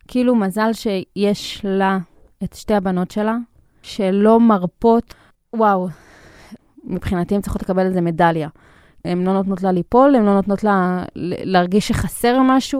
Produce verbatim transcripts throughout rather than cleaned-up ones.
כאילו מזל שיש לה את שתי הבנות שלה, שלא מרפות, וואו, מבחינתי הם צריכות לקבל איזה מדליה. הן לא נותנות לה ליפול, הן לא נותנות לה להרגיש שחסר משהו.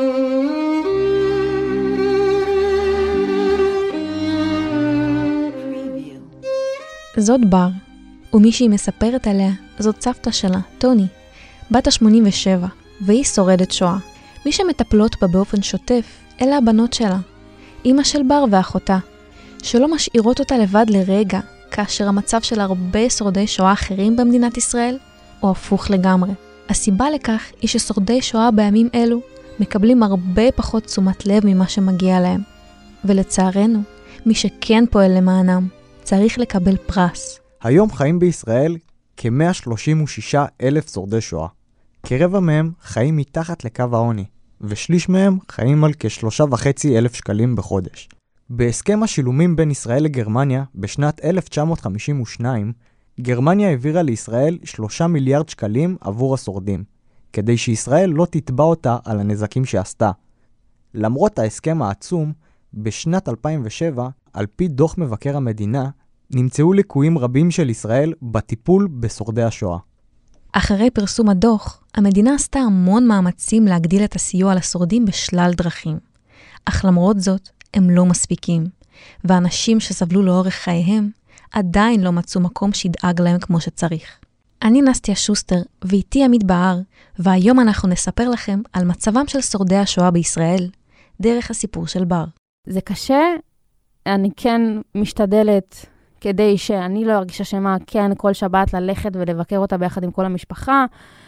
זאת בר, ומי שהיא מספרת עליה זאת סבתא שלה, טוני, בת ה-שמונים ושבע, והיא שורדת שואה. מי שמטפלות בה באופן שוטף, אלה הבנות שלה, אמא של בר ואחותה, שלא משאירות אותה לבד לרגע, כאשר המצב של הרבה שורדי שואה אחרים במדינת ישראל, או הפוך לגמרי. הסיבה לכך היא ששורדי שואה בימים אלו מקבלים הרבה פחות תשומת לב ממה שמגיע להם. ולצערנו, מי שכן פועל למענם, צריך לקבל פרס. היום חיים בישראל כ-מאה שלושים ושישה אלף שורדי שואה. כרבע מהם חיים מתחת לקו העוני, ושליש מהם חיים על כשלושה וחצי אלף שקלים בחודש. בהסכם השילומים בין ישראל לגרמניה בשנת אלף תשע מאות חמישים ושתיים, גרמניה העבירה לישראל שלושה מיליארד שקלים עבור השורדים, כדי שישראל לא תתבע אותה על הנזקים שעשתה. למרות ההסכם העצום, בשנת אלפיים ושבע, על פי דוח מבקר המדינה, נמצאו ליקויים רבים של ישראל בטיפול בשורדי השואה. אחרי פרסום הדוח, המדינה עשתה המון מאמצים להגדיל את הסיוע לשורדים בשלל דרכים. אך למרות זאת, הם לא מספיקים, ואנשים שסבלו לאורך חייהם עדיין לא מצאו מקום שידאג להם כמו שצריך. אני נסטיה שוסטר, ואיתי עמית בהר, והיום אנחנו נספר לכם על מצבם של שורדי השואה בישראל, דרך הסיפור של בר. זה קשה, אני כן משתדלת כדי שאני לא ארגיש אשמה, כן כל שבת ללכת ולבקר אותה ביחד עם כל המשפחה,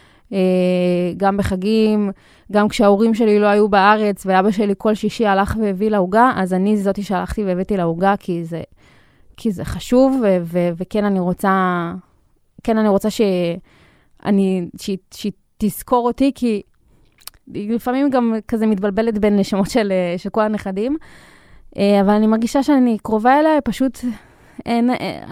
גם בחגים, גם כשההורים שלי לא היו בארץ, ואבא שלי כל שישי הלך והביא להוגה, אז אני זאתי שהלכתי והבאתי להוגה, כי זה, כי זה חשוב, ו- ו- וכן אני רוצה, כן אני רוצה שאני, שהיא, שהיא תזכור אותי, כי לפעמים גם כזה מתבלבלת בין נשמות של, של כל הנכדים, אבל אני מרגישה שאני קרובה אליה, פשוט אין,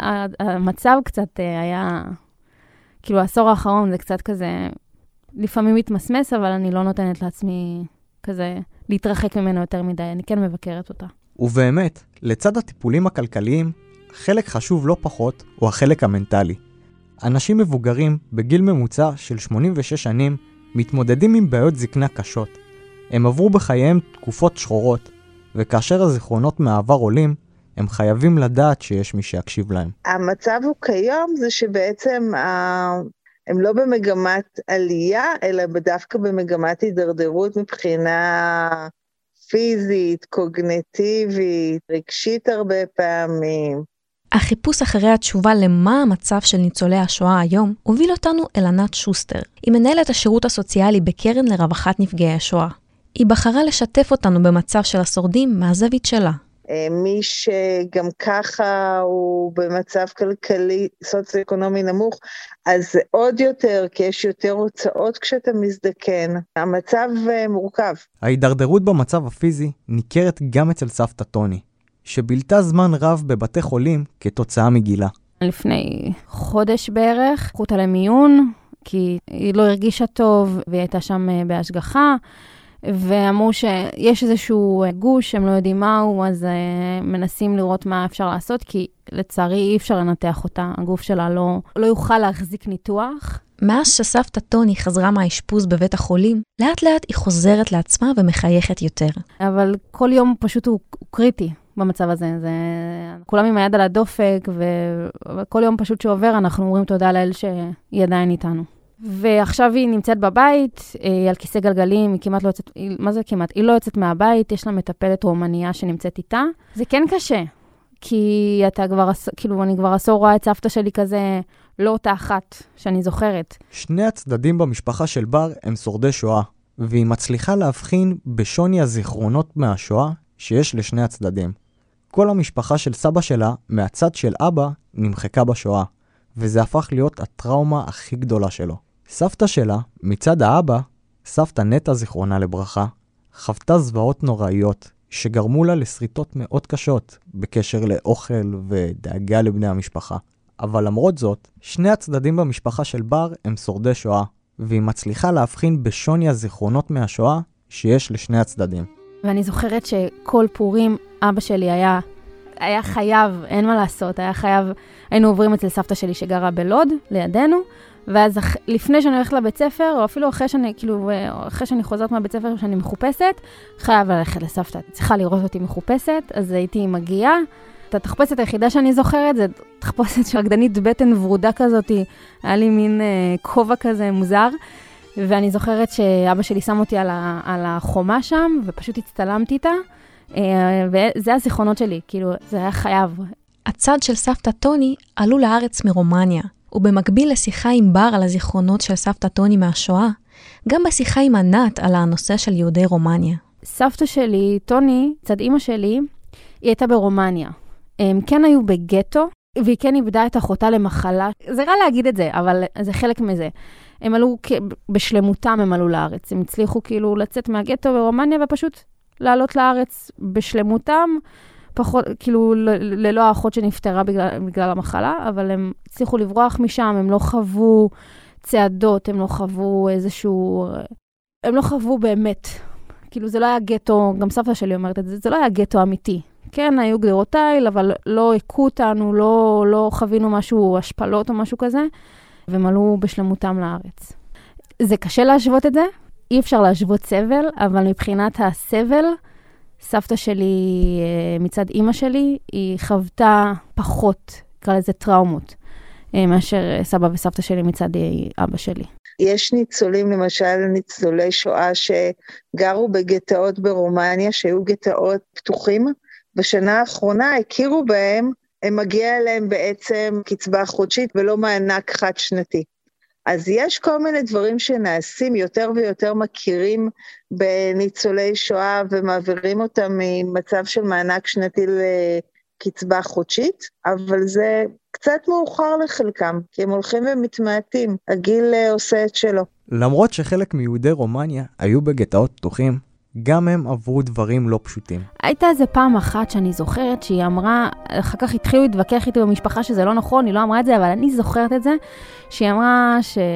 המצב קצת היה, כאילו העשור האחרון זה קצת כזה, לפעמים מתמסמס, אבל אני לא נותנת לעצמי כזה להתרחק ממנו יותר מדי, אני כן מבקרת אותה. ובאמת, לצד הטיפולים הכלכליים, חלק חשוב לא פחות הוא החלק המנטלי. אנשים מבוגרים בגיל ממוצע של שמונים ושש שנים מתמודדים עם בעיות זקנה קשות. הם עברו בחייהם תקופות שחורות, וכאשר הזיכרונות מהעבר עולים, הם חייבים לדעת שיש מי שיקשיב להם. המצב הוא כיום זה שבעצם הם לא במגמת עלייה, אלא דווקא במגמת הידרדרות מבחינה פיזית, קוגניטיבית, רגשית הרבה פעמים. החיפוש אחרי התשובה למה המצב של ניצולי השואה היום הוביל אותנו אל ענת שוסטר. היא מנהלת השירות הסוציאלי בקרן לרווחת נפגעי השואה. היא בחרה לשתף אותנו במצב של השורדים מהזווית שלה. מי שגם ככה הוא במצב כלכלי סוציו-אקונומי נמוך, אז זה עוד יותר, כי יש יותר הוצאות כשאתה מזדקן. המצב מורכב. ההידרדרות במצב הפיזי ניכרת גם אצל סבתא טוני, שבילתה זמן רב בבתי חולים כתוצאה מגילה. לפני חודש בערך, לקחו אותה למיון, כי היא לא הרגישה טוב, והיא הייתה שם בהשגחה, ואמרו שיש איזשהו גוש, הם לא יודעים מהו, אז uh, מנסים לראות מה אפשר לעשות, כי לצערי אי אפשר לנתח אותה, הגוף שלה לא, לא יוכל להחזיק ניתוח. מאז שסבתא טוני חזרה מהאשפוז בבית החולים, לאט לאט היא חוזרת לעצמה ומחייכת יותר. אבל כל יום פשוט הוא, הוא קריטי במצב הזה, זה, כולם עם היד על הדופק, וכל יום פשוט שעובר אנחנו אומרים תודה לאל שהיא עדיין איתנו. ועכשיו היא נמצאת בבית, היא על כיסא גלגלים, היא כמעט לא יוצאת, היא, מה זה כמעט? היא לא יוצאת מהבית, יש לה מטפלת רומניה שנמצאת איתה. זה כן קשה, כי אתה כבר, כאילו אני כבר עשור רואה את סבתא שלי כזה, לא אותה אחת שאני זוכרת. שני הצדדים במשפחה של בר הם שורדי שואה, והיא מצליחה להבחין בשוני הזיכרונות מהשואה שיש לשני הצדדים. כל המשפחה של סבא שלה, מהצד של אבא, נמחקה בשואה, וזה הפך להיות הטראומה הכי גדולה שלו. סבתא שלה, מצד האבא, סבתא נטה זיכרונה לברכה, חוותה זוועות נוראיות שגרמו לה לסריטות מאוד קשות בקשר לאוכל ודאגה לבני המשפחה. אבל למרות זאת, שני הצדדים במשפחה של בר הם שורדי שואה, והיא מצליחה להבחין בשוני הזיכרונות מהשואה שיש לשני הצדדים. ואני זוכרת שכל פורים אבא שלי היה, היה חייב, אין מה לעשות, היה חייב, היינו עוברים אצל סבתא שלי שגרה בלוד, לידינו, ואז לפני שאני הולכת לבית ספר, או אפילו אחרי שאני, כאילו, אחרי שאני חוזרת מהבית ספר שאני מחופשת, חייב ללכת לסבתא, צריכה לראות אותי מחופשת, אז הייתי מגיעה. את התחפושת היחידה שאני זוכרת, זה תחפושת של רקדנית בטן ורודה כזאת, היה לי מין אה, כובע כזה מוזר, ואני זוכרת שאבא שלי שם אותי על, ה, על החומה שם, ופשוט הצטלמתי איתה, אה, וזה הזיכרונות שלי, כאילו, זה היה חייב. הצד של סבתא טוני עלו לארץ מרומניה, ובמקביל לשיחה עם בר על הזיכרונות של סבתא טוני מהשואה, גם בשיחה עם ענת על הנושא של יהודי רומניה. סבתא שלי, טוני, צד אמא שלי, היא הייתה ברומניה. הם כן היו בגטו, והיא כן איבדה את אחותה למחלה. זה רע להגיד את זה, אבל זה חלק מזה. הם עלו, בשלמותם הם עלו לארץ. הם הצליחו כאילו לצאת מהגטו ברומניה, ופשוט לעלות לארץ בשלמותם, פחות, כאילו ללא האחות שנפטרה בגלל, בגלל המחלה, אבל הם הצליחו לברוח משם, הם לא חוו צעדות, הם לא חוו איזשהו, הם לא חוו באמת. כאילו זה לא היה גטו, גם סבתא שלי אומרת את זה, זה לא היה גטו אמיתי. כן, היו גדרותיי, אבל לא הכו אותנו, לא, לא חווינו משהו, השפלות או משהו כזה, והם עלו בשלמותם לארץ. זה קשה להשוות את זה, אי אפשר להשוות סבל, אבל מבחינת הסבל, סבתא שלי מצד אמא שלי, היא חוותה פחות, נקרא לזה טראומות, מאשר סבא וסבתא שלי מצד אבא שלי. יש ניצולים, למשל ניצולי שואה שגרו בגטאות ברומניה, שהיו גטאות פתוחים, בשנה האחרונה הכירו בהם, הם מגיע אליהם בעצם קצבה חודשית ולא מענק חד שנתי. אז יש כל מיני דברים שנעשים, יותר ויותר מכירים בניצולי שואה ומעבירים אותם ממצב של מענק שנתי לקצבה חודשית, אבל זה קצת מאוחר לחלקם, כי הם הולכים ומתמעטים, הגיל עושה את שלו. למרות שחלק מיהודי רומניה היו בגטאות פתוחים, גם הם עברו דברים לא פשוטים. הייתה איזה פעם אחת שאני זוכרת שהיא אמרה, אחר כך התחילו להתווכח איתי במשפחה שזה לא נכון, היא לא אמרה את זה, אבל אני זוכרת את זה, שהיא אמרה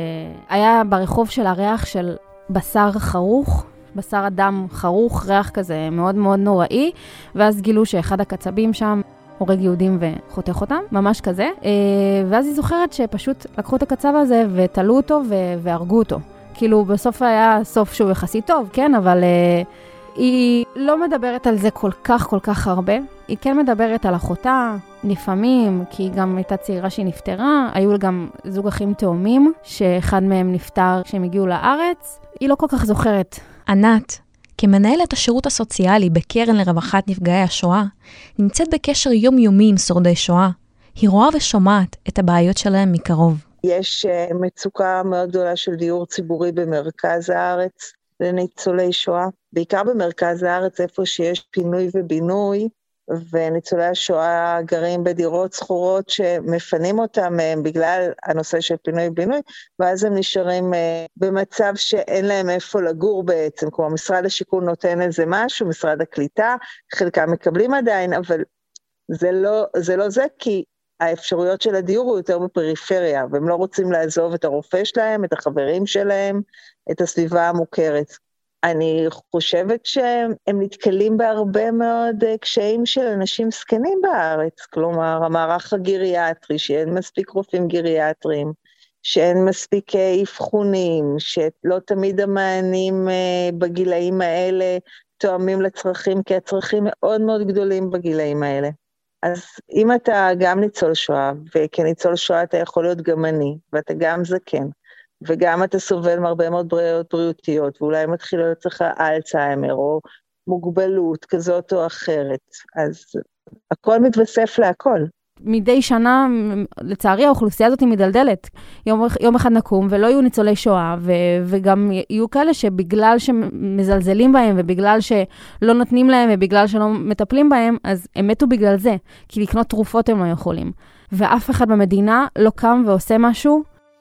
שהיה ברחוב של הריח של בשר חרוך, בשר אדם חרוך, ריח כזה מאוד מאוד נוראי, ואז גילו שאחד הקצבים שם הורג יהודים וחותך אותם, ממש כזה, ואז היא זוכרת שפשוט לקחו את הקצב הזה ותלו אותו והרגו אותו. כאילו בסוף היה סוף שהוא יחסית טוב, כן, אבל uh, היא לא מדברת על זה כל כך כל כך הרבה. היא כן מדברת על אחותה, לפעמים, כי היא גם הייתה צעירה שהיא נפטרה, היו גם זוג אחים תאומים, שאחד מהם נפטר כשהם הגיעו לארץ. היא לא כל כך זוכרת. ענת, כמנהלת השירות הסוציאלי בקרן לרווחת נפגעי השואה, נמצאת בקשר יומיומי עם שורדי שואה. היא רואה ושומעת את הבעיות שלהם מקרוב. יש מצוקה מאוד גדולה של דיור ציבורי במרכז הארץ לניצולי שואה, בעיקר במרכז הארץ איפה שיש פינוי ובינוי, וניצולי השואה גרים בדירות סחורות שמפנים אותם בגלל הנושא של פינוי ובינוי, ואז הם נשארים במצב שאין להם איפה לגור בעצם, כמו משרד השיכון נותן איזה משהו, משרד הקליטה, חלקם מקבלים עדיין, אבל זה לא זה, לא זה כי האפשרויות של הדיור הוא יותר בפריפריה, והם לא רוצים לעזוב את הרופא שלהם, את החברים שלהם, את הסביבה המוכרת. אני חושבת שהם נתקלים בהרבה מאוד קשיים של אנשים זקנים בארץ, כלומר, המערך הגריאטרי, שאין מספיק רופאים גריאטריים, שאין מספיק אבחונים, שלא תמיד המענים בגילאים האלה תואמים לצרכים, כי הצרכים מאוד מאוד גדולים בגילאים האלה. אז אם אתה גם ניצול שואה, וכניצול שואה אתה יכול להיות גם אני, ואתה גם זקן, וגם אתה סובל מהרבה מאוד בעיות בריאותיות, ואולי מתחיל להיות לך אלצהיימר, או מוגבלות כזאת או אחרת, אז הכל מתווסף להכל. מדי שנה, לצערי, האוכלוסייה הזאת היא מדלדלת. יום, יום אחד נקום, ולא יהיו ניצולי שואה, ו, וגם יהיו כאלה שבגלל שמזלזלים בהם, ובגלל שלא נותנים להם, ובגלל שלא מטפלים בהם, אז הם מתו בגלל זה. כי לקנות תרופות הם לא יכולים. ואף אחד במדינה לא קם ועושה משהו.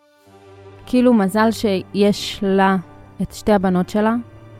כאילו מזל שיש לה את שתי הבנות שלה,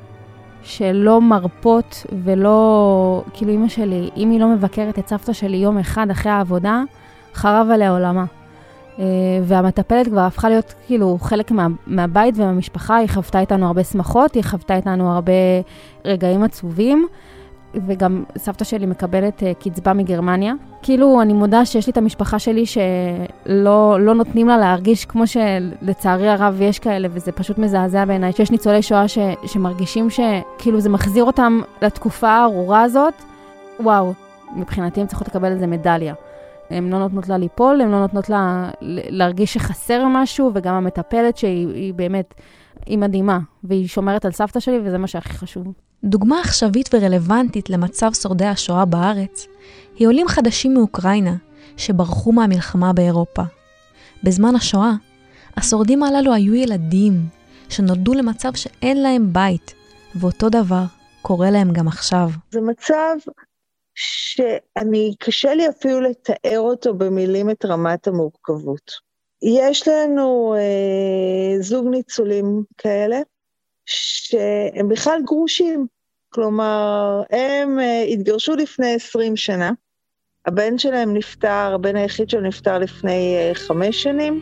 שלא מרפות ולא, כאילו אמא שלי, אם היא לא מבקרת את סבתא שלי יום אחד אחרי העבודה, חרב עליה עולמה. והמטפלת כבר הפכה להיות כאילו חלק מה, מהבית ומהמשפחה, היא חוותה איתנו הרבה שמחות, היא חוותה איתנו הרבה רגעים עצובים, וגם סבתא שלי מקבלת קצבה מגרמניה. כאילו אני מודה שיש לי את המשפחה שלי שלא לא נותנים לה להרגיש כמו שלצערי הרב יש כאלה, וזה פשוט מזעזע בעיניי, שיש ניצולי שואה ש, שמרגישים שכאילו זה מחזיר אותם לתקופה הארורה הזאת. וואו, מבחינתי הם צריכות לקבל איזה מדליה. הן לא נותנות לה ליפול, הן לא נותנות לה להרגיש שחסר משהו, וגם המטפלת שהיא באמת, היא מדהימה, והיא שומרת על סבתא שלי, וזה מה שהכי חשוב. דוגמה עכשווית ורלוונטית למצב שורדי השואה בארץ, היא עולים חדשים מאוקראינה, שברחו מהמלחמה באירופה. בזמן השואה, השורדים הללו היו ילדים, שנולדו למצב שאין להם בית, ואותו דבר קורה להם גם עכשיו. זה מצב שאני, קשה לי אפילו לתאר אותו במילים את רמת המורכבות. יש לנו אה, זוג ניצולים כאלה, שהם בכלל גרושים, כלומר, הם אה, התגרשו לפני עשרים שנה, הבן שלהם נפטר, הבן היחיד שלו נפטר לפני אה, חמש שנים,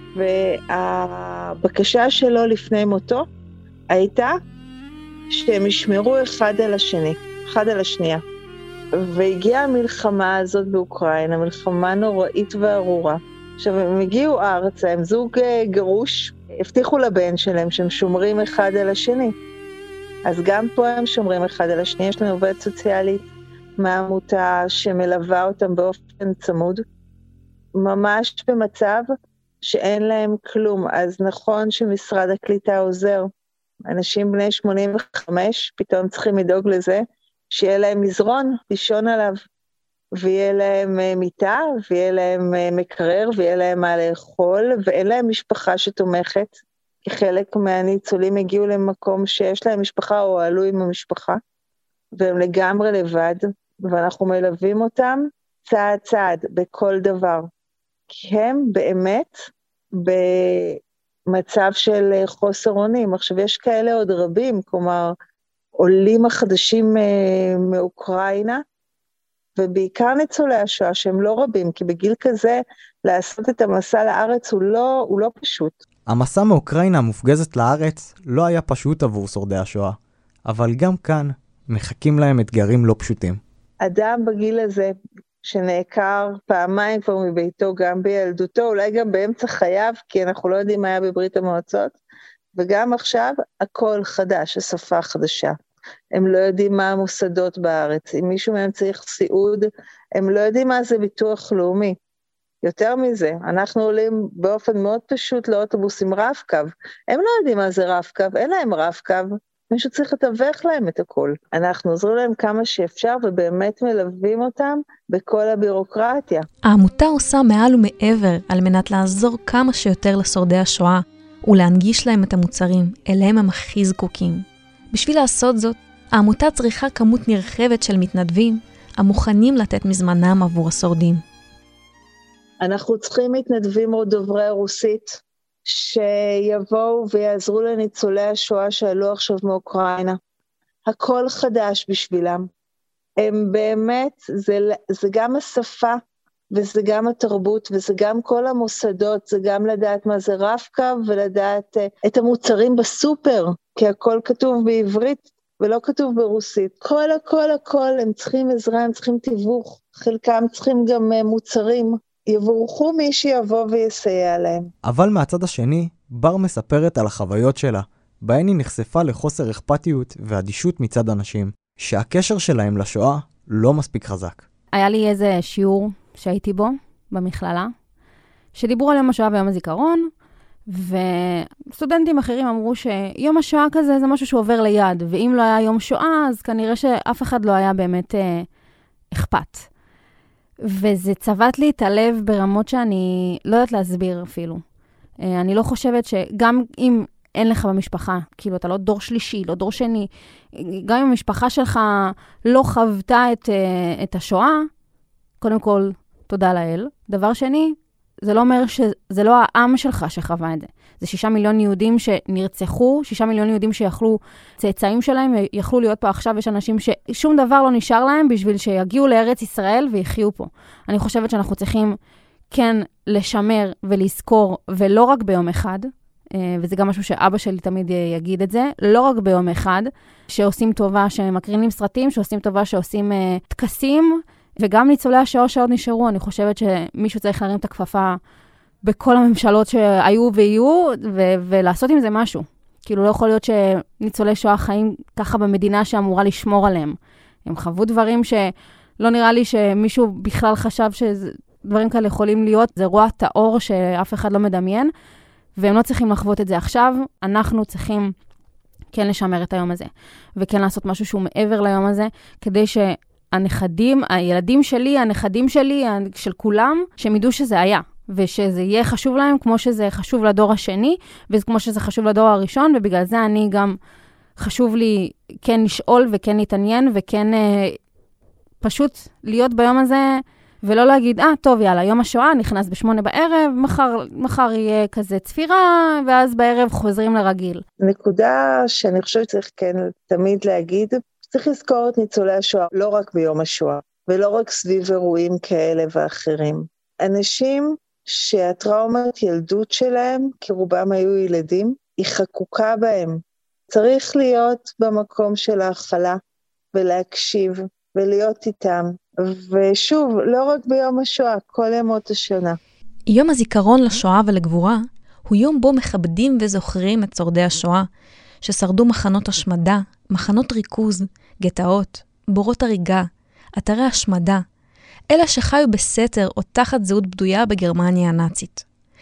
והבקשה שלו לפני מותו הייתה שהם ישמרו אחד על השני, אחד על השנייה. והגיעה המלחמה הזאת באוקראינה, מלחמה נוראית וארורה. עכשיו, הם הגיעו ארצה, הם זוג גרוש, הבטיחו לבן שלהם שהם שומרים אחד על השני. אז גם פה הם שומרים אחד על השני, יש לנו עובדת סוציאלית מהעמותה שמלווה אותם באופן צמוד, ממש במצב שאין להם כלום. אז נכון שמשרד הקליטה עוזר, אנשים בני שמונים וחמש פתאום צריכים לדאוג לזה, שיהיה להם מזרון, לישון עליו, ויהיה להם מיטה, ויהיה להם מקרר, ויהיה להם מה לאכול, ואין להם משפחה שתומכת, כי חלק מהניצולים הגיעו למקום שיש להם משפחה, או עלו עם המשפחה, והם לגמרי לבד, ואנחנו מלווים אותם צעד צעד, בכל דבר. כי הם באמת במצב של חוסר אונים. עכשיו, יש כאלה עוד רבים, כלומר, עולים החדשים מאוקראינה, ובעיקר ניצולי השואה שהם לא רבים, כי בגיל כזה לעשות את המסע לארץ הוא לא, הוא לא פשוט. המסע מאוקראינה המופגזת לארץ לא היה פשוט עבור שורדי השואה, אבל גם כאן מחכים להם אתגרים לא פשוטים. אדם בגיל הזה שנעקר פעמיים כבר מביתו, גם בילדותו, אולי גם באמצע חייו, כי אנחנו לא יודעים מה היה בברית המועצות, וגם עכשיו הכל חדש, השפה חדשה. הם לא יודעים מה המוסדות בארץ, אם מישהו מהם צריך סיעוד, הם לא יודעים מה זה ביטוח לאומי. יותר מזה, אנחנו עולים באופן מאוד פשוט לאוטובוס עם רב-קו, הם לא יודעים מה זה רב-קו, אין להם רב-קו, מישהו צריך לתווך להם את הכל. אנחנו עוזרים להם כמה שאפשר, ובאמת מלווים אותם בכל הבירוקרטיה. העמותה עושה מעל ומעבר על מנת לעזור כמה שיותר לשורדי השואה, ולהנגיש להם את המוצרים, אליהם הם הכי זקוקים. בשביל לעשות זאת, העמותה צריכה כמות נרחבת של מתנדבים, המוכנים לתת מזמנם עבור השורדים. אנחנו צריכים מתנדבים או דוברי רוסית, שיבואו ויעזרו לניצולי השואה שעלו עכשיו מאוקראינה. הכל חדש בשבילם. הם באמת, זה, זה גם השפה, וזה גם התרבות, וזה גם כל המוסדות, זה גם לדעת מה זה רב-קו, ולדעת uh, את המוצרים בסופר, כי הכל כתוב בעברית, ולא כתוב ברוסית. כל הכל הכל, הם צריכים עזרה, הם צריכים תיווך, חלקם צריכים גם uh, מוצרים, יבורכו מי שיבוא ויסייע להם. אבל מהצד השני, בר מספרת על החוויות שלה, בהן היא נחשפה לחוסר אכפתיות ואדישות מצד אנשים, שהקשר שלהם לשואה לא מספיק חזק. היה לי איזה שיעור שהייתי בו, במכללה, שדיברו על יום השואה ויום הזיכרון, וסטודנטים אחרים אמרו שיום השואה כזה זה משהו שעובר ליד, ואם לא היה יום שואה, אז כנראה שאף אחד לא היה באמת אה, אכפת. וזה צבט לי את הלב ברמות שאני לא יודעת להסביר אפילו. אה, אני לא חושבת שגם אם אין לך במשפחה, כאילו אתה לא דור שלישי, לא דור שני, גם אם המשפחה שלך לא חוותה את, אה, את השואה, קודם כל, תודה לאל. דבר שני, זה לא אומר שזה לא העם שלך שחווה את זה. זה שישה מיליון יהודים שנרצחו, שישה מיליון יהודים שיכלו, צאצאים שלהם יכלו להיות פה עכשיו, יש אנשים ששום דבר לא נשאר להם בשביל שיגיעו לארץ ישראל ויחיו פה. אני חושבת שאנחנו צריכים כן לשמר ולזכור, ולא רק ביום אחד, וזה גם משהו שאבא שלי תמיד יגיד את זה, לא רק ביום אחד, שעושים טובה, שמקרינים סרטים, שעושים טובה, שעושים תקסים, וגם ניצולי השואה שעוד נשארו. אני חושבת שמישהו צריך להרים את הכפפה בכל הממשלות שהיו ויהיו, ו- ולעשות עם זה משהו. כאילו לא יכול להיות שניצולי שואה חיים ככה במדינה שאמורה לשמור עליהם. הם חוו דברים שלא נראה לי שמישהו בכלל חשב שדברים כאלה יכולים להיות. זה רוע טהור שאף אחד לא מדמיין, והם לא צריכים לחוות את זה עכשיו. אנחנו צריכים כן לשמר את היום הזה, וכן לעשות משהו שהוא מעבר ליום הזה, כדי שהנכדים, הילדים שלי, הנכדים שלי, של כולם, שהם ידעו שזה היה. ושזה יהיה חשוב להם כמו שזה חשוב לדור השני, וכמו שזה חשוב לדור הראשון, ובגלל זה אני גם חשוב לי כן לשאול וכן להתעניין, וכן אה, פשוט להיות ביום הזה, ולא להגיד, אה, טוב, יאללה, יום השואה נכנס בשמונה בערב, מחר, מחר יהיה כזה צפירה, ואז בערב חוזרים לרגיל. נקודה שאני חושבת צריך כן תמיד להגיד, צריך לזכור את ניצולי השואה, לא רק ביום השואה, ולא רק סביב אירועים כאלה ואחרים. אנשים שהטראומת ילדות שלהם, כי רובם היו ילדים, היא חקוקה בהם. צריך להיות במקום של ההכלה, ולהקשיב, ולהיות איתם. ושוב, לא רק ביום השואה, כל ימות השנה. יום הזיכרון לשואה ולגבורה, הוא יום בו מכבדים וזוכרים את שורדי השואה, ששרדו מחנות השמדה, מחנות ריכוז, גטאות, בורות הריגה, אתרי השמדה, אלה שחיו בסתר או תחת זהות בדויה בגרמניה הנאצית.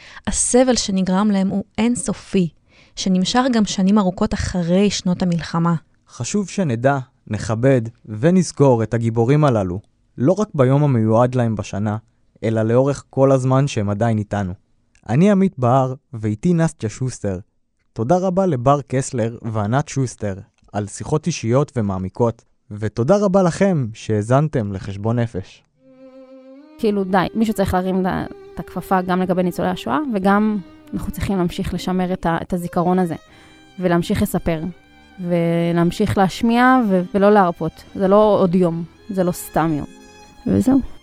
הסבל שנגרם להם הוא אינסופי, שנמשך גם שנים ארוכות אחרי שנות המלחמה. חשוב שנדע, נכבד ונזכור את הגיבורים הללו, לא רק ביום המיועד להם בשנה, אלא לאורך כל הזמן שהם עדיין איתנו. אני עמית בר, ואיתי נסטיה שוסטר. תודה רבה לבר קסלר וענת שוסטר על שיחות אישיות ומעמיקות, ותודה רבה לכם שהזנתם לחשבון נפש. כאילו די, מישהו צריך להרים את הכפפה גם לגבי ניצולי השואה, וגם אנחנו צריכים להמשיך לשמר את, ה, את הזיכרון הזה, ולהמשיך לספר, ולהמשיך להשמיע, ו, ולא להרפות. זה לא עוד יום, זה לא סתם יום. וזהו.